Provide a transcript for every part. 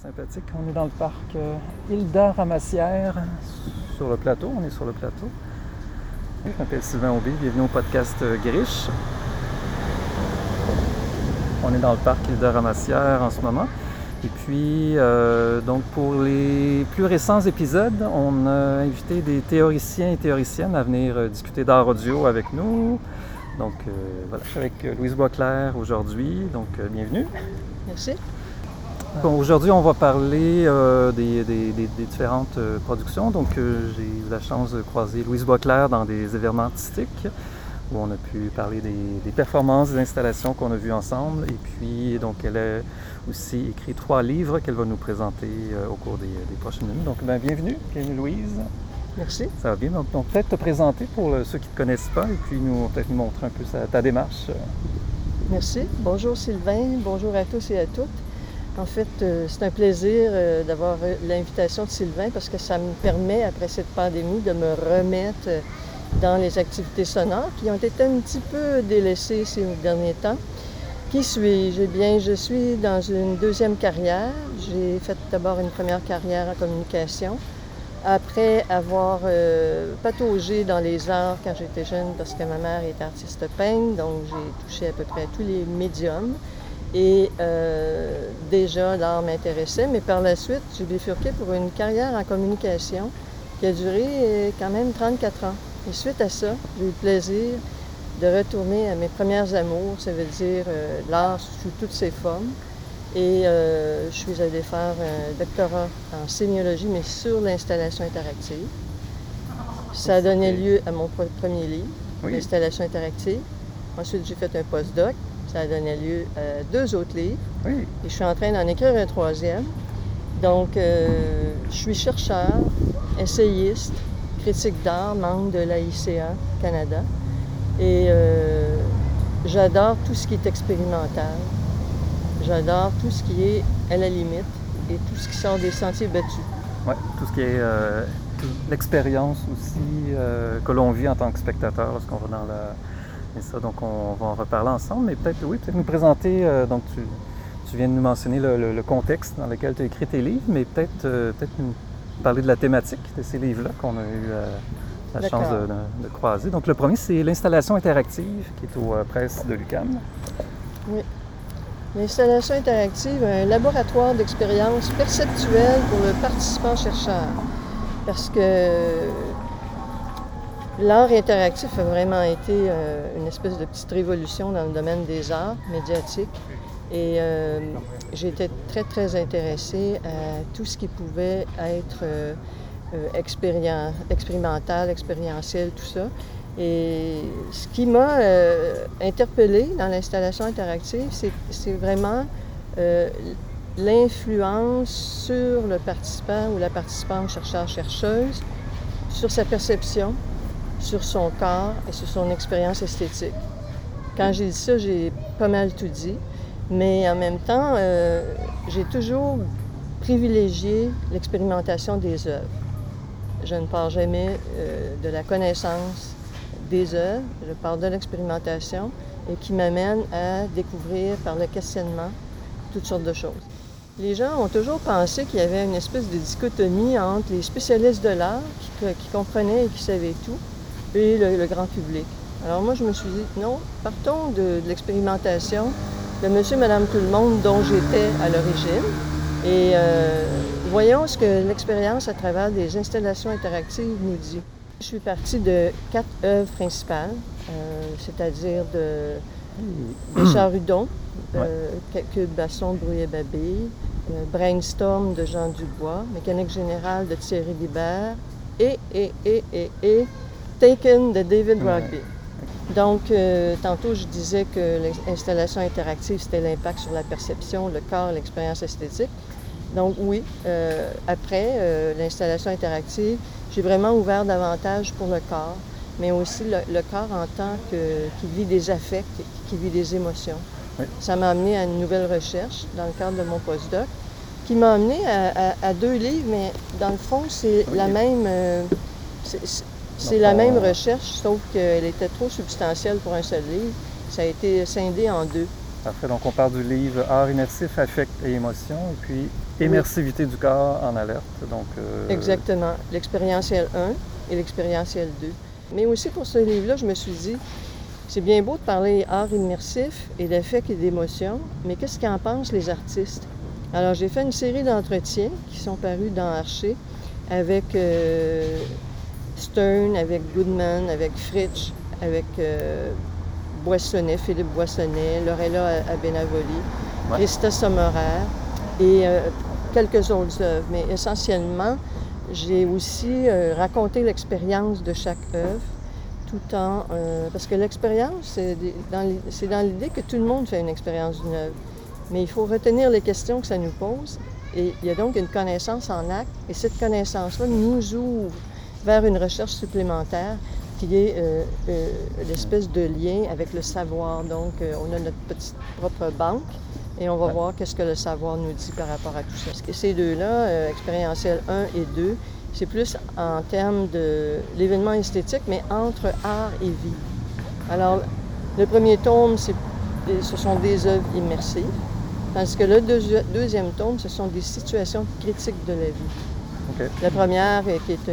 sympathique. On est dans le parc Hilda-Ramassière, sur le plateau. On est sur le plateau. Je m'appelle Sylvain Aubé, bienvenue au podcast Griche. On est dans le parc Hilda-Ramassière en ce moment. Et puis, donc pour les plus récents épisodes, on a invité des théoriciens et théoriciennes à venir discuter d'art audio avec nous. Donc voilà, je suis avec Louise Boisclair aujourd'hui, donc bienvenue. Merci. Bon, aujourd'hui, on va parler des différentes productions. Donc j'ai eu la chance de croiser Louise Boisclair dans des événements artistiques où on a pu parler des performances, des installations qu'on a vues ensemble. Et puis, donc, elle a aussi écrit 3 livres qu'elle va nous présenter au cours des prochaines minutes. Donc, bienvenue Louise. Merci. Ça va bien. Donc peut-être te présenter pour ceux qui ne te connaissent pas et puis peut-être nous montrer un peu ta démarche. Merci. Bonjour Sylvain, bonjour à tous et à toutes. En fait, c'est un plaisir d'avoir l'invitation de Sylvain parce que ça me permet, après cette pandémie, de me remettre dans les activités sonores qui ont été un petit peu délaissées ces derniers temps. Qui suis-je? Eh bien, je suis dans une deuxième carrière. J'ai fait d'abord une première carrière en communication. Après avoir pataugé dans les arts quand j'étais jeune, parce que ma mère était artiste peintre, donc j'ai touché à peu près à tous les médiums. Et déjà, l'art m'intéressait, mais par la suite, j'ai bifurqué pour une carrière en communication qui a duré quand même 34 ans. Et suite à ça, j'ai eu le plaisir de retourner à mes premières amours, ça veut dire l'art sous toutes ses formes. Et je suis allée faire un doctorat en sémiologie, mais sur l'installation interactive. Ça a donné lieu à mon premier livre, l'installation interactive. Ensuite, j'ai fait un postdoc. Ça a donné lieu à 2 autres livres. Et je suis en train d'en écrire un 3e. Donc, je suis chercheur, essayiste, critique d'art, membre de l'AICA Canada. Et j'adore tout ce qui est expérimental. J'adore tout ce qui est à la limite et tout ce qui sort des sentiers battus. Oui, tout ce qui est l'expérience aussi que l'on vit en tant que spectateur lorsqu'on va dans la... Et ça, donc on va en reparler ensemble, mais peut-être nous présenter, donc tu viens de nous mentionner le contexte dans lequel tu as écrit tes livres, mais peut-être nous parler de la thématique de ces livres-là qu'on a eu la chance de croiser. Donc le premier, c'est l'installation interactive qui est aux presses de l'UQAM. Oui. L'installation interactive est un laboratoire d'expérience perceptuelle pour le participant-chercheur. Parce que l'art interactif a vraiment été une espèce de petite révolution dans le domaine des arts médiatiques. Et j'ai été très, très intéressée à tout ce qui pouvait être expérimental, expérientiel, tout ça. Et ce qui m'a interpellée dans l'installation interactive, c'est vraiment l'influence sur le participant ou la participante chercheur-chercheuse, sur sa perception, sur son corps et sur son expérience esthétique. Quand j'ai dit ça, j'ai pas mal tout dit, mais en même temps, j'ai toujours privilégié l'expérimentation des œuvres. Je ne pars jamais de la connaissance des œuvres, je parle de l'expérimentation et qui m'amène à découvrir par le questionnement toutes sortes de choses. Les gens ont toujours pensé qu'il y avait une espèce de dichotomie entre les spécialistes de l'art qui comprenaient et qui savaient tout et le grand public. Alors moi, je me suis dit, non, partons de l'expérimentation de monsieur, madame, tout le monde dont j'étais à l'origine et voyons ce que l'expérience à travers des installations interactives nous dit. Je suis partie de 4 œuvres principales, c'est-à-dire de Richard Hudon, Cube, Basson, Brouillet-Babé, Brainstorm de Jean Dubois, Mécanique générale de Thierry Libert et Taken de David Rugby. Donc, tantôt, je disais que l'installation interactive, c'était l'impact sur la perception, le corps, l'expérience esthétique. Donc oui, après l'installation interactive, j'ai vraiment ouvert davantage pour le corps, mais aussi le corps en tant qui vit des affects, qui vit des émotions. Oui. Ça m'a amené à une nouvelle recherche dans le cadre de mon postdoc, qui m'a amené à 2 livres, mais dans le fond, c'est la même... c'est la même recherche, sauf qu'elle était trop substantielle pour un seul livre. Ça a été scindé en 2. Parfait. Donc, on parle du livre Art immersif, affect et émotion. Et puis, Immersivité du corps en alerte. Donc, Exactement. L'expérientiel 1 et l'expérientiel 2. Mais aussi pour ce livre-là, je me suis dit, c'est bien beau de parler art immersif et d'affect et d'émotion, mais qu'est-ce qu'en pensent les artistes? Alors, j'ai fait une série d'entretiens qui sont parus dans Archer avec Stern, avec Goodman, avec Fritsch, avec Boissonnet, Philippe Boissonnet, Lorella Abenavoli, Christa Sommerer et quelques autres œuvres. Mais essentiellement, j'ai aussi raconté l'expérience de chaque œuvre, tout en... parce que l'expérience, c'est dans l'idée que tout le monde fait une expérience d'une œuvre. Mais il faut retenir les questions que ça nous pose. Et il y a donc une connaissance en acte. Et cette connaissance-là nous ouvre vers une recherche supplémentaire qui est l'espèce de lien avec le savoir. Donc, on a notre petite propre banque et on va voir qu'est-ce que le savoir nous dit par rapport à tout ça. Parce que ces deux-là, expérientiels 1 et 2, c'est plus en termes de l'événement esthétique, mais entre art et vie. Alors, le premier tome, ce sont des œuvres immersives, tandis que le deuxième tome, ce sont des situations critiques de la vie. Okay. La première, qui est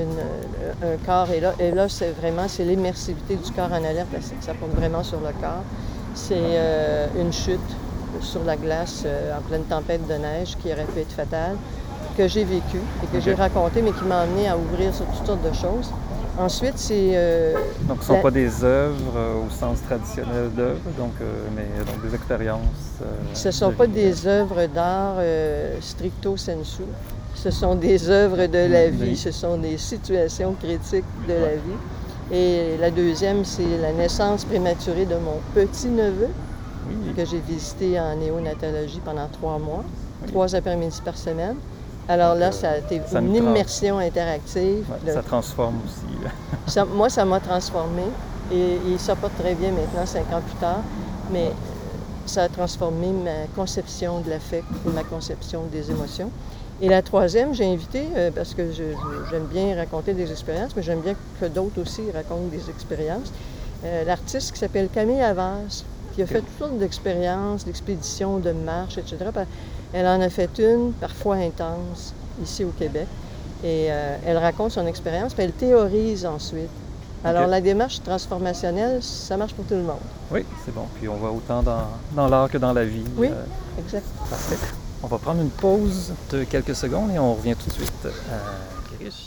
un corps, et là c'est l'immersivité du corps en alerte, ça porte vraiment sur le corps. C'est une chute sur la glace en pleine tempête de neige qui aurait pu être fatale, que j'ai vécu et que j'ai raconté, mais qui m'a amené à ouvrir sur toutes sortes de choses. Ensuite, c'est... donc, ce ne sont pas des œuvres au sens traditionnel d'œuvres, mais donc des expériences... ce ne sont pas des œuvres d'art stricto sensu. Ce sont des œuvres de la vie, ce sont des situations critiques de la vie. Et la deuxième, c'est la naissance prématurée de mon petit-neveu, que j'ai visité en néonatologie pendant 3 mois, 3 après-midi par semaine. Alors là, ça a été une immersion interactive. Ça transforme aussi. Moi, ça m'a transformé et ça porte très bien maintenant, 5 ans plus tard, mais ça a transformé ma conception de l'affect et ma conception des émotions. Et la troisième, j'ai invité, parce que j'aime bien raconter des expériences, mais j'aime bien que d'autres aussi racontent des expériences, l'artiste qui s'appelle Camille Havas, qui a fait toutes sortes d'expériences, d'expéditions, de marches, etc. Elle en a fait une, parfois intense, ici au Québec. Et elle raconte son expérience, puis elle théorise ensuite. Alors, la démarche transformationnelle, ça marche pour tout le monde. Oui, c'est bon. Puis on va autant dans l'art que dans la vie. Oui, exact. Parfait. On va prendre une pause de quelques secondes et on revient tout de suite à Girish.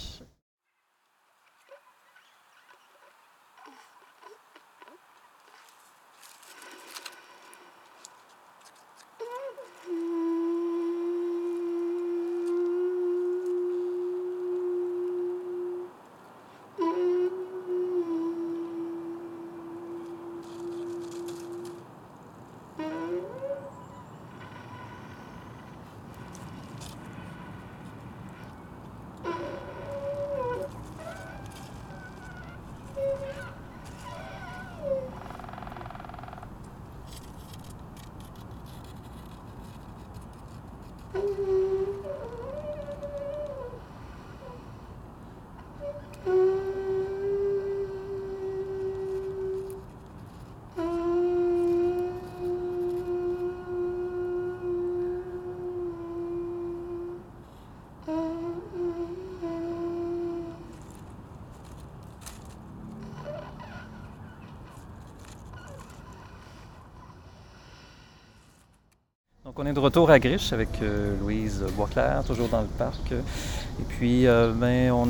Donc on est de retour à Girish avec Louise Boisclair, toujours dans le parc. Et puis on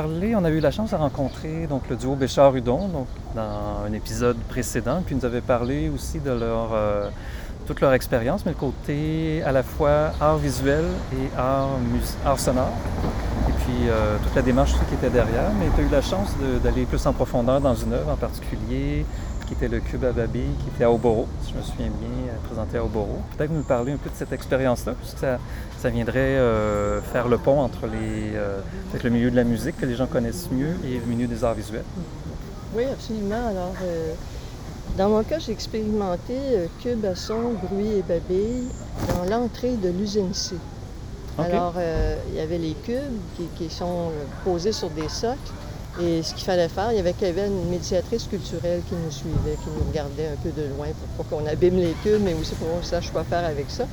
a eu la chance de rencontrer donc, le duo Béchard-Hudon dans un épisode précédent. Puis ils nous avaient parlé aussi de toute leur expérience, mais le côté à la fois art visuel et art sonore. Et puis toute la démarche qui était derrière. Mais tu as eu la chance d'aller plus en profondeur dans une œuvre en particulier, qui était le Cube à Babi, qui était à Oboro, si je me souviens bien, présenté à Oboro. Peut-être nous parler un peu de cette expérience-là, puisque ça viendrait faire le pont entre peut-être le milieu de la musique, que les gens connaissent mieux, et le milieu des arts visuels. Oui, absolument. Alors, dans mon cas, j'ai expérimenté Cube à son, bruit et babille dans l'entrée de l'usine C. Okay. Alors, il y avait les cubes qui sont posés sur des socles. Et ce qu'il fallait faire, il y avait une médiatrice culturelle qui nous suivait, qui nous regardait un peu de loin pour pas qu'on abîme les cubes, mais aussi pour qu'on sache quoi faire avec ça.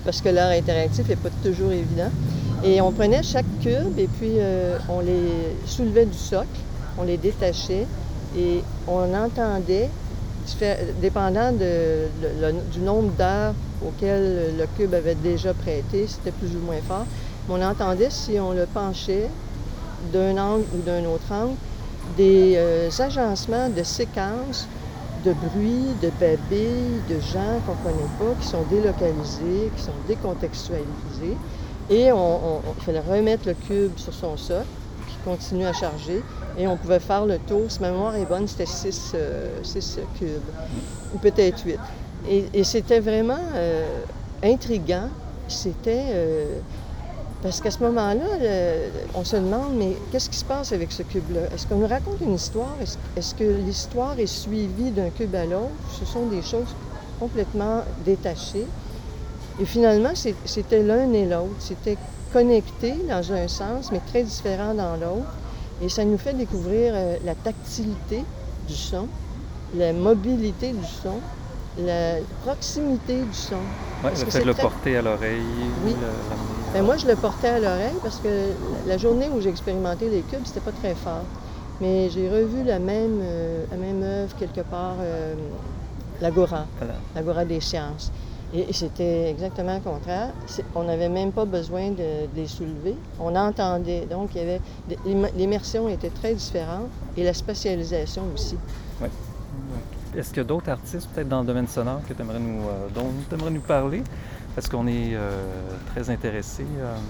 parce que l'art interactif n'est pas toujours évident. Et on prenait chaque cube et puis on les soulevait du socle, on les détachait et on entendait, dépendant du nombre d'heures auquel le cube avait déjà prêté, c'était plus ou moins fort, mais on entendait si on le penchait d'un angle ou d'un autre angle, des agencements de séquences de bruit, de babilles, de gens qu'on ne connaît pas, qui sont délocalisés, qui sont décontextualisés. Et il fallait remettre le cube sur son socle, qui continue à charger, et on pouvait faire le tour. Si ma mémoire est bonne, c'était 6 cubes, ou peut-être 8. Et c'était vraiment intriguant. C'était... parce qu'à ce moment-là, on se demande, mais qu'est-ce qui se passe avec ce cube-là? Est-ce qu'on nous raconte une histoire? Est-ce que l'histoire est suivie d'un cube à l'autre? Ce sont des choses complètement détachées. Et finalement, c'était l'un et l'autre. C'était connecté dans un sens, mais très différent dans l'autre. Et ça nous fait découvrir la tactilité du son, la mobilité du son, la proximité du son. Oui, le fait de le porter à l'oreille. Oui. Ben moi, je le portais à l'oreille parce que la journée où j'ai expérimenté les cubes, c'était pas très fort. Mais j'ai revu la même œuvre quelque part, l'Agora, voilà. L'Agora des sciences. Et c'était exactement le contraire. On n'avait même pas besoin de les soulever. On entendait. Donc, il y avait l'immersion était très différente et la spatialisation aussi. Oui. Est-ce qu'il y a d'autres artistes, peut-être dans le domaine sonore, dont tu aimerais nous parler? Parce qu'on est très intéressés.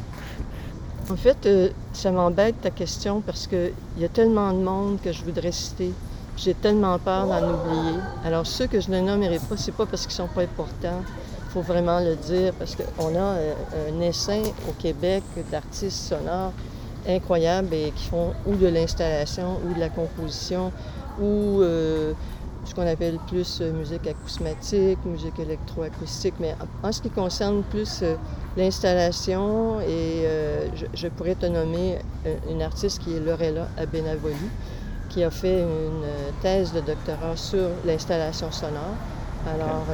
En fait, ça m'embête ta question parce qu'il y a tellement de monde que je voudrais citer. J'ai tellement peur d'en oublier. Alors, ceux que je ne nommerai pas, c'est pas parce qu'ils sont pas importants. Il faut vraiment le dire parce qu'on a un essaim au Québec d'artistes sonores incroyables et qui font ou de l'installation ou de la composition ou ce qu'on appelle plus musique acousmatique, musique électroacoustique, mais en ce qui concerne plus l'installation, et je pourrais te nommer une artiste qui est Lorella Abenavoli, qui a fait une thèse de doctorat sur l'installation sonore. Alors,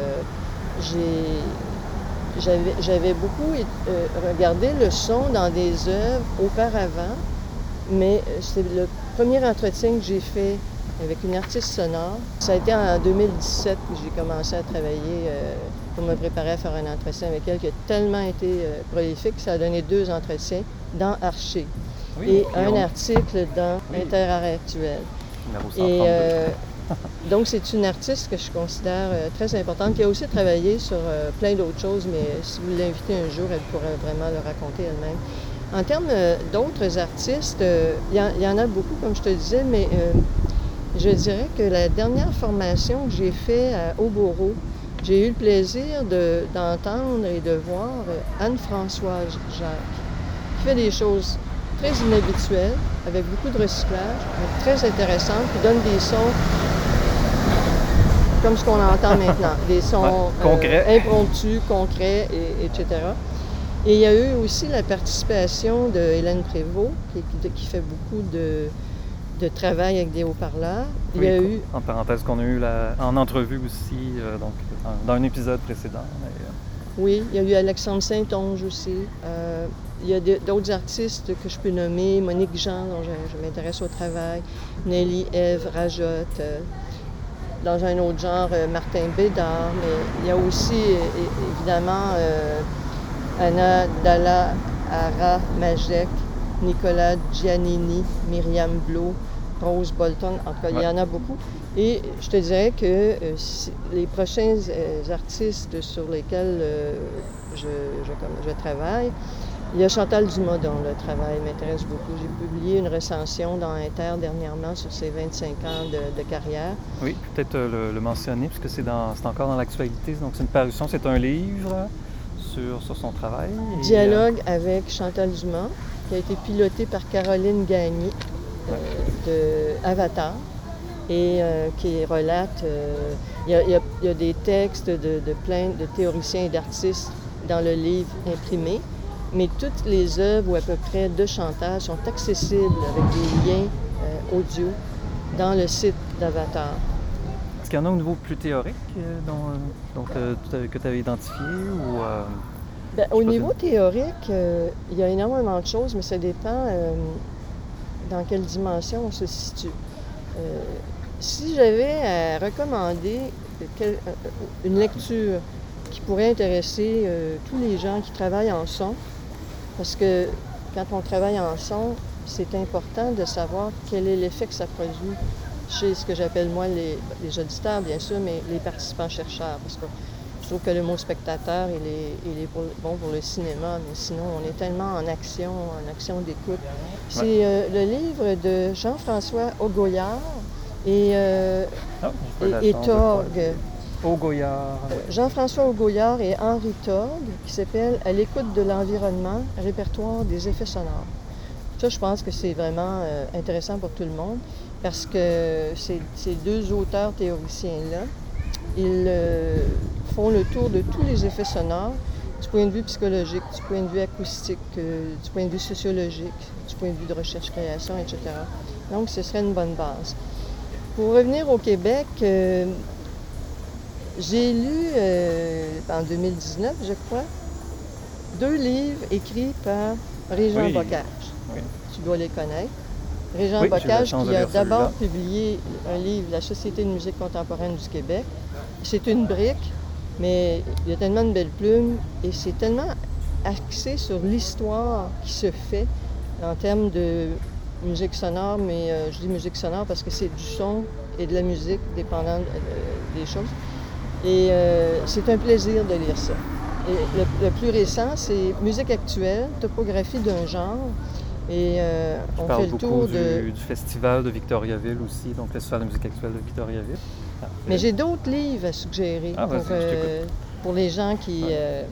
j'avais beaucoup regardé le son dans des œuvres auparavant, mais c'est le premier entretien que j'ai fait avec une artiste sonore. Ça a été en 2017 que j'ai commencé à travailler pour me préparer à faire un entretien avec elle qui a tellement été prolifique que ça a donné 2 entretiens dans Archer et un article dans Interart Actuel. Et donc, c'est une artiste que je considère très importante, qui a aussi travaillé sur plein d'autres choses, mais si vous l'invitez un jour, elle pourrait vraiment le raconter elle-même. En termes d'autres artistes, il y en a beaucoup, comme je te disais, mais je dirais que la dernière formation que j'ai faite à Oboro, j'ai eu le plaisir d'entendre et de voir Anne-Françoise Jacques, qui fait des choses très inhabituelles, avec beaucoup de recyclage, très intéressantes, qui donne des sons comme ce qu'on entend maintenant, des sons impromptus, concrets, etc. Et il y a eu aussi la participation de Hélène Prévost, qui fait beaucoup de travail avec des haut-parleurs. Il y a eu... En parenthèse, qu'on a eu en entrevue aussi, donc, dans un épisode précédent. Oui, il y a eu Alexandre Saint-Onge aussi. Il y a d'autres artistes que je peux nommer, Monique Jean, dont je m'intéresse au travail, Nelly Ève Rajotte, dans un autre genre, Martin Bédard, mais il y a aussi, évidemment, Anna Dalla Ara Majek, Nicolas Giannini, Myriam Blo, Rose Bolton, en tout cas, il y en a beaucoup. Et je te dirais que les prochains artistes sur lesquels je travaille, il y a Chantal Dumas dont le travail m'intéresse beaucoup. J'ai publié une recension dans Inter dernièrement sur ses 25 ans de carrière. Oui, peut-être le mentionner, puisque c'est encore dans l'actualité. Donc c'est une parution, c'est un livre sur son travail. Dialogue avec Chantal Dumas, qui a été piloté par Caroline Gagné de Avatar et qui relate... Il y a des textes de plein de théoriciens et d'artistes dans le livre imprimé, mais toutes les œuvres, ou à peu près, de Chantal sont accessibles avec des liens audio dans le site d'Avatar. Est-ce qu'il y en a au niveau plus théorique que tu avais identifié ou Bien, au niveau théorique, il y a énormément de choses, mais ça dépend dans quelle dimension on se situe. Si j'avais à recommander une lecture qui pourrait intéresser tous les gens qui travaillent en son, parce que quand on travaille en son, c'est important de savoir quel est l'effet que ça produit chez ce que j'appelle moi les auditeurs, bien sûr, mais les participants chercheurs, parce que je trouve que le mot spectateur, il est bon pour le cinéma, mais sinon, on est tellement en action d'écoute. C'est le livre de Jean-François Augoyard et Torgue. Augoyard. Jean-François Augoyard et Henri Torgue, qui s'appelle « À l'écoute de l'environnement, répertoire des effets sonores ». Ça, je pense que c'est vraiment intéressant pour tout le monde, parce que ces deux auteurs théoriciens-là, ils font le tour de tous les effets sonores, du point de vue psychologique, du point de vue acoustique, du point de vue sociologique, du point de vue de recherche-création, etc. Donc, ce serait une bonne base. Pour revenir au Québec, j'ai lu en 2019, je crois, 2 livres écrits par Régent Bocage. Oui. Tu dois les connaître. Régent Bocage, qui a d'abord publié un livre, La Société de musique contemporaine du Québec. C'est une brique, mais il y a tellement de belles plumes et c'est tellement axé sur l'histoire qui se fait en termes de musique sonore, mais je dis musique sonore parce que c'est du son et de la musique, dépendant des choses. Et c'est un plaisir de lire ça. Et le plus récent, c'est Musique actuelle, topographie d'un genre. Et on fait le tour du festival de Victoriaville aussi, donc le festival de musique actuelle de Victoriaville. Mais j'ai d'autres livres à suggérer pour les gens qui...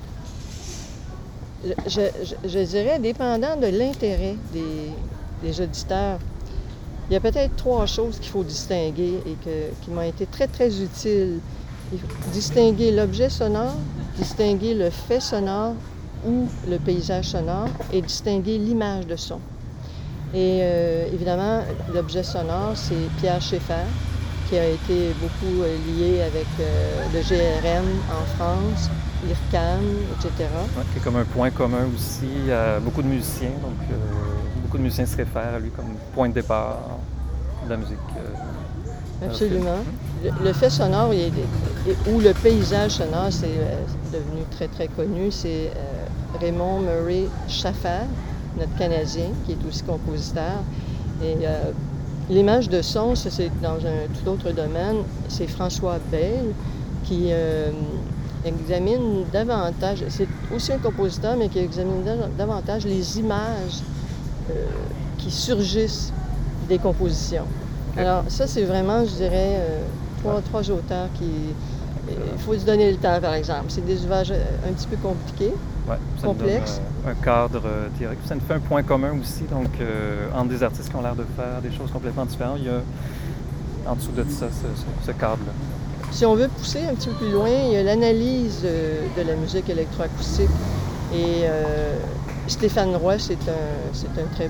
je dirais, dépendant de l'intérêt des auditeurs, il y a peut-être 3 choses qu'il faut distinguer et qui m'ont été très, très utiles. Il faut distinguer l'objet sonore, distinguer le fait sonore ou le paysage sonore et distinguer l'image de son. Et évidemment, l'objet sonore, c'est Pierre Schaeffer, qui a été beaucoup lié avec le GRM en France, l'IRCAM, etc. Ouais, qui est comme un point commun aussi à beaucoup de musiciens. Donc, beaucoup de musiciens se réfèrent à lui comme point de départ de la musique. Absolument. Le fait sonore ou le paysage sonore, c'est devenu très, très connu. C'est Raymond Murray Schaeffer, notre Canadien, qui est aussi compositeur. Et l'image de son, c'est dans un tout autre domaine. C'est François Bayle qui examine davantage, c'est aussi un compositeur, mais qui examine davantage les images qui surgissent des compositions. Okay. Alors ça, c'est vraiment, je dirais, trois auteurs qui... Il faut se donner le temps, par exemple. C'est des ouvrages un petit peu compliqués, complexes. Un cadre théorique. Ça nous fait un point commun aussi, donc entre des artistes qui ont l'air de faire des choses complètement différentes, il y a en dessous de ça, ce cadre-là. Si on veut pousser un petit peu plus loin, il y a l'analyse de la musique électroacoustique. Et Stéphane Roy, c'est un très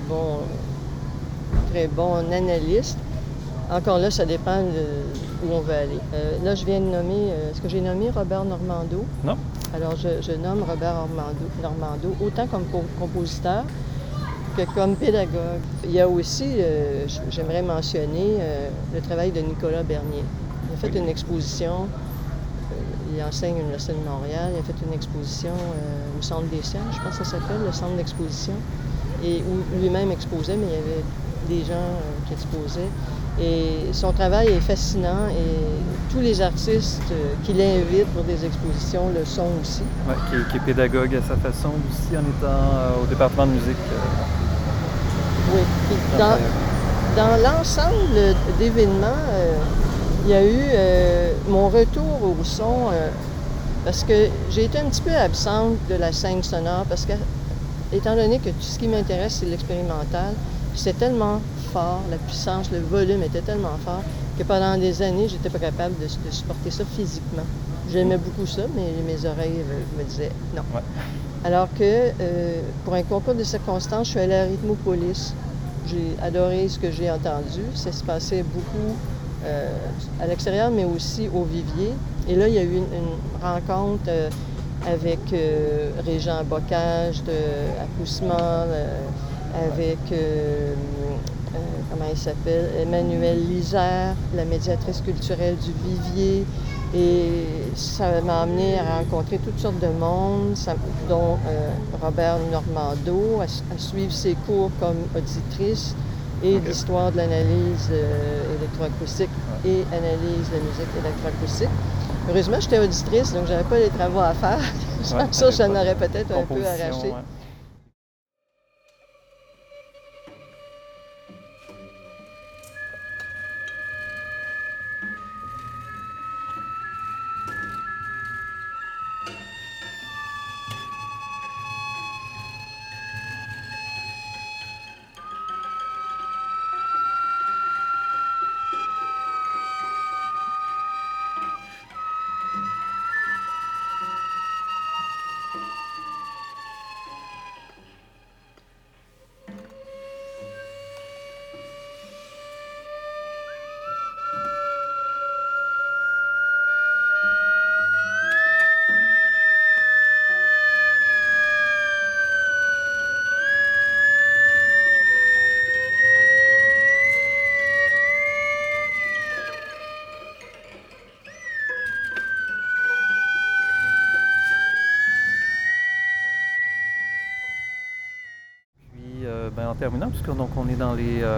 bon analyste. Encore là, ça dépend où on veut aller. Là, je viens de nommer... Est-ce que j'ai nommé Robert Normando? Non. Alors, je nomme Robert Normando autant comme compositeur que comme pédagogue. Il y a aussi, j'aimerais mentionner, le travail de Nicolas Bernier. Il a fait une exposition, il enseigne à l'Université de Montréal, il a fait une exposition au Centre des sciences, je pense que ça s'appelle, le Centre d'exposition, et où lui-même exposait, mais il y avait des gens qui exposaient. Et son travail est fascinant et tous les artistes qu'il invite pour des expositions le sont aussi. Oui, qui est pédagogue à sa façon aussi en étant au département de musique. Oui. Dans l'ensemble d'événements, il y a eu mon retour au son parce que j'ai été un petit peu absente de la scène sonore parce que, étant donné que tout ce qui m'intéresse, c'est l'expérimental, c'était tellement fort, la puissance, le volume était tellement fort que pendant des années, j'étais pas capable de supporter ça physiquement. J'aimais beaucoup ça, mais mes oreilles me disaient non. Ouais. Alors que pour un concours de circonstances, je suis allée à Rhythmopolis. J'ai adoré ce que j'ai entendu. Ça se passait beaucoup à l'extérieur, mais aussi au Vivier. Et là, il y a eu une rencontre avec Régent Bocage de Accoussement, avec, comment il s'appelle, Emmanuel Lisère, la médiatrice culturelle du Vivier. Et ça m'a amené à rencontrer toutes sortes de monde, dont Robert Normando, à suivre ses cours comme auditrice et l'histoire de l'analyse électroacoustique et analyse de la musique électroacoustique. Heureusement, j'étais auditrice, donc j'avais pas les travaux à faire. Ça, j'en aurais peut-être un peu arraché. Ouais. En terminant, puisque donc on est dans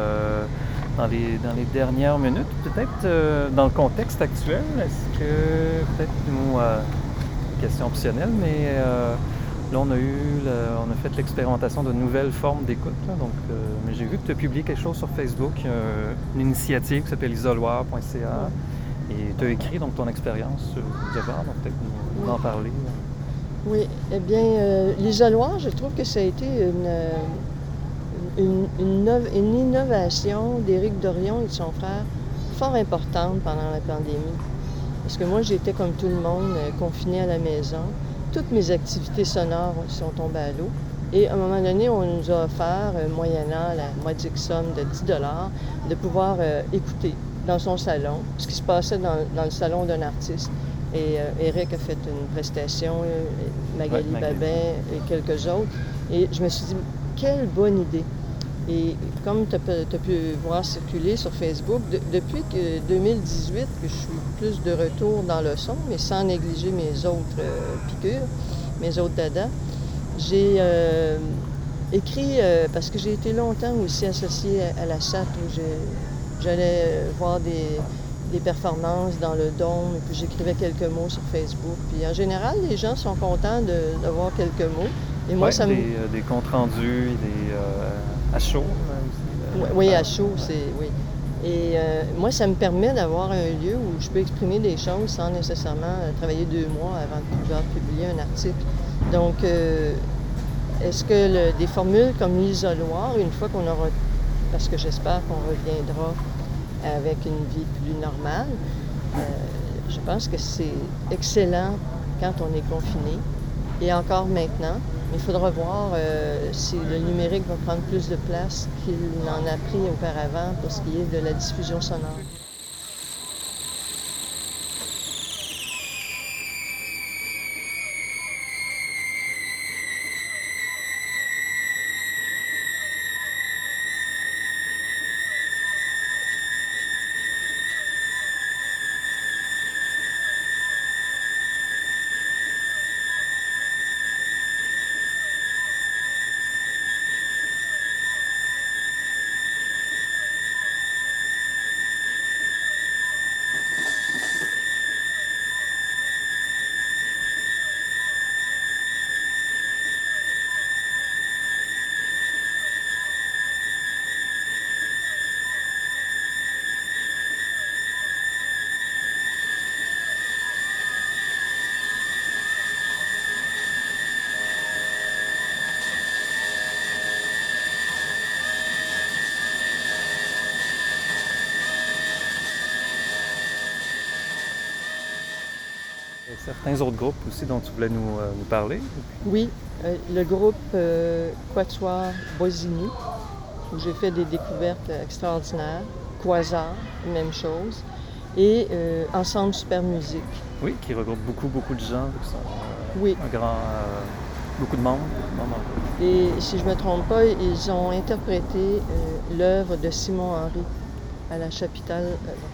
les dernières minutes, peut-être dans le contexte actuel, est-ce que peut-être nous, question optionnelle, mais là on a fait l'expérimentation de nouvelles formes d'écoute. Mais j'ai vu que tu as publié quelque chose sur Facebook, une initiative qui s'appelle isoloir.ca, et tu as écrit donc ton expérience devant, donc peut-être nous en parler. Oui, eh bien, l'isoloir, je trouve que ça a été une innovation d'Éric Dorion et de son frère fort importante pendant la pandémie. Parce que moi, j'étais comme tout le monde, confinée à la maison. Toutes mes activités sonores sont tombées à l'eau. Et à un moment donné, on nous a offert, moyennant la modique somme de 10 $, de pouvoir écouter dans son salon ce qui se passait dans le salon d'un artiste. Et Éric a fait une prestation, Magali Babin et quelques autres. Et je me suis dit, quelle bonne idée! Et comme tu as pu voir circuler sur Facebook, depuis 2018 que je suis plus de retour dans le son, mais sans négliger mes autres piqûres, mes autres dadas, j'ai écrit, parce que j'ai été longtemps aussi associée à la SAT, où j'allais voir des performances dans le Dôme, et puis j'écrivais quelques mots sur Facebook. Puis en général, les gens sont contents de voir quelques mots. Et moi, des comptes rendus, à chaud aussi. Oui, à chaud, oui. Et moi, ça me permet d'avoir un lieu où je peux exprimer des choses sans nécessairement travailler 2 mois avant de pouvoir publier un article. Donc, est-ce que des formules comme l'isoloir, une fois qu'on aura, parce que j'espère qu'on reviendra avec une vie plus normale, je pense que c'est excellent quand on est confiné, et encore maintenant. Il faudra voir si le numérique va prendre plus de place qu'il n'en a pris auparavant pour ce qui est de la diffusion sonore. Il y a certains autres groupes aussi dont tu voulais nous parler. Oui, le groupe Quatuor Bosini, où j'ai fait des découvertes extraordinaires. Quasar, même chose. Et Ensemble Super Musique. Oui, qui regroupe beaucoup de gens qui sont Oui. Beaucoup de monde. Et si je ne me trompe pas, ils ont interprété l'œuvre de Simon Henry à la chapelle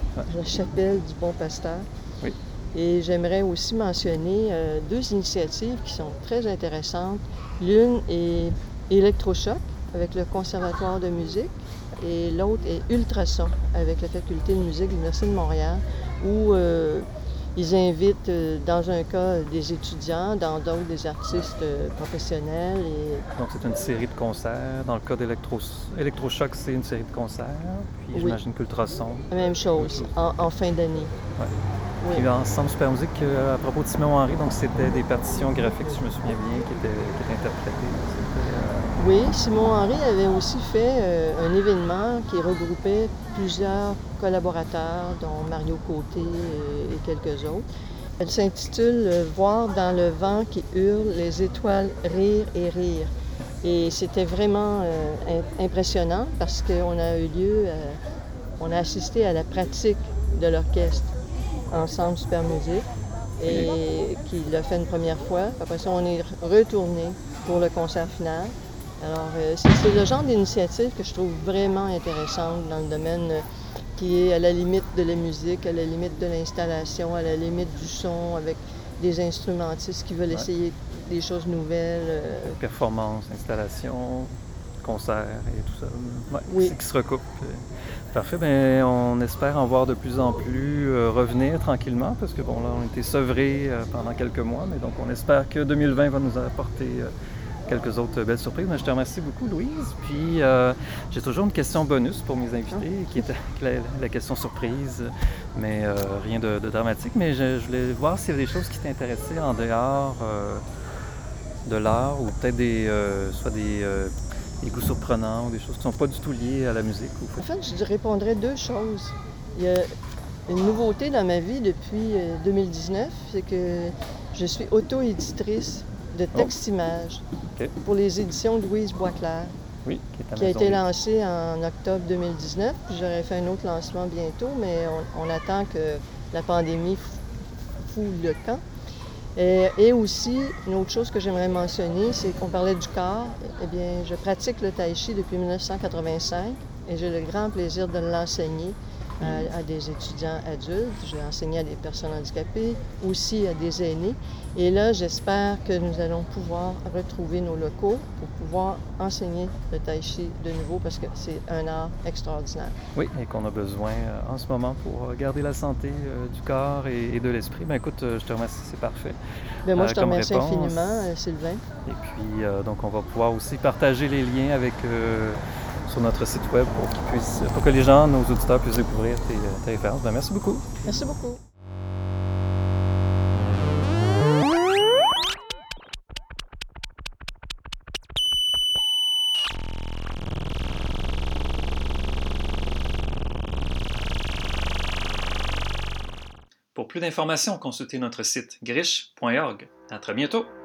du Bon Pasteur. Oui. Et j'aimerais aussi mentionner deux initiatives qui sont très intéressantes. L'une est Électrochoc avec le Conservatoire de musique et l'autre est Ultrason avec la Faculté de musique de l'Université de Montréal où ils invitent, dans un cas, des étudiants, dans d'autres, des artistes professionnels. Donc, c'est une série de concerts. Dans le cas d'Électrochoc, c'est une série de concerts. Puis, oui. J'imagine qu'Ultrason... La même chose, en fin d'année. Ouais. Oui. Et Ensemble Supermusique, à propos de Simon Henry, donc c'était des partitions graphiques, si je me souviens bien, qui étaient interprétées. Oui, Simon Henry avait aussi fait un événement qui regroupait plusieurs collaborateurs, dont Mario Côté et quelques autres. Elle s'intitule « Voir dans le vent qui hurle, les étoiles rire et rire ». Et c'était vraiment impressionnant parce qu'on a eu lieu, on a assisté à la pratique de l'orchestre Ensemble Supermusique et qui l'a fait une première fois. Après ça, on est retourné pour le concert final. Alors, c'est le genre d'initiative que je trouve vraiment intéressante dans le domaine qui est à la limite de la musique, à la limite de l'installation, à la limite du son, avec des instrumentistes qui veulent essayer des choses nouvelles. Performance, installation, concert et tout ça. Ouais, oui. C'est qui se recoupent. Parfait, bien, on espère en voir de plus en plus revenir tranquillement, parce que bon, là, on était sevrés pendant quelques mois, mais donc on espère que 2020 va nous apporter quelques autres belles surprises. Mais je te remercie beaucoup, Louise. Puis, j'ai toujours une question bonus pour mes invités, qui est la question surprise, mais rien de dramatique. Mais je voulais voir s'il y avait des choses qui t'intéressaient en dehors de l'art, ou peut-être soit des goûts surprenants, ou des choses qui ne sont pas du tout liées à la musique. En fait, je répondrais deux choses. Il y a une nouveauté dans ma vie depuis 2019, c'est que je suis auto-éditrice de texte-images pour les éditions de Louise Boisclair, qui a été lancée en octobre 2019. Puis j'aurais fait un autre lancement bientôt, mais on attend que la pandémie fout le camp. Et aussi, une autre chose que j'aimerais mentionner, c'est qu'on parlait du corps. Eh bien, je pratique le tai chi depuis 1985 et j'ai le grand plaisir de l'enseigner à des étudiants adultes. J'ai enseigné à des personnes handicapées, aussi à des aînés. Et là, j'espère que nous allons pouvoir retrouver nos locaux pour pouvoir enseigner le tai chi de nouveau parce que c'est un art extraordinaire. Oui, et qu'on a besoin en ce moment pour garder la santé du corps et de l'esprit. Ben écoute, je te remercie, c'est parfait. Bien, moi, je te remercie infiniment, Sylvain. Et puis, donc, on va pouvoir aussi partager les liens avec... sur notre site web pour que les gens, nos auditeurs, puissent découvrir tes références. Ben, merci beaucoup. Merci beaucoup. Pour plus d'informations, consultez notre site griche.org. À très bientôt!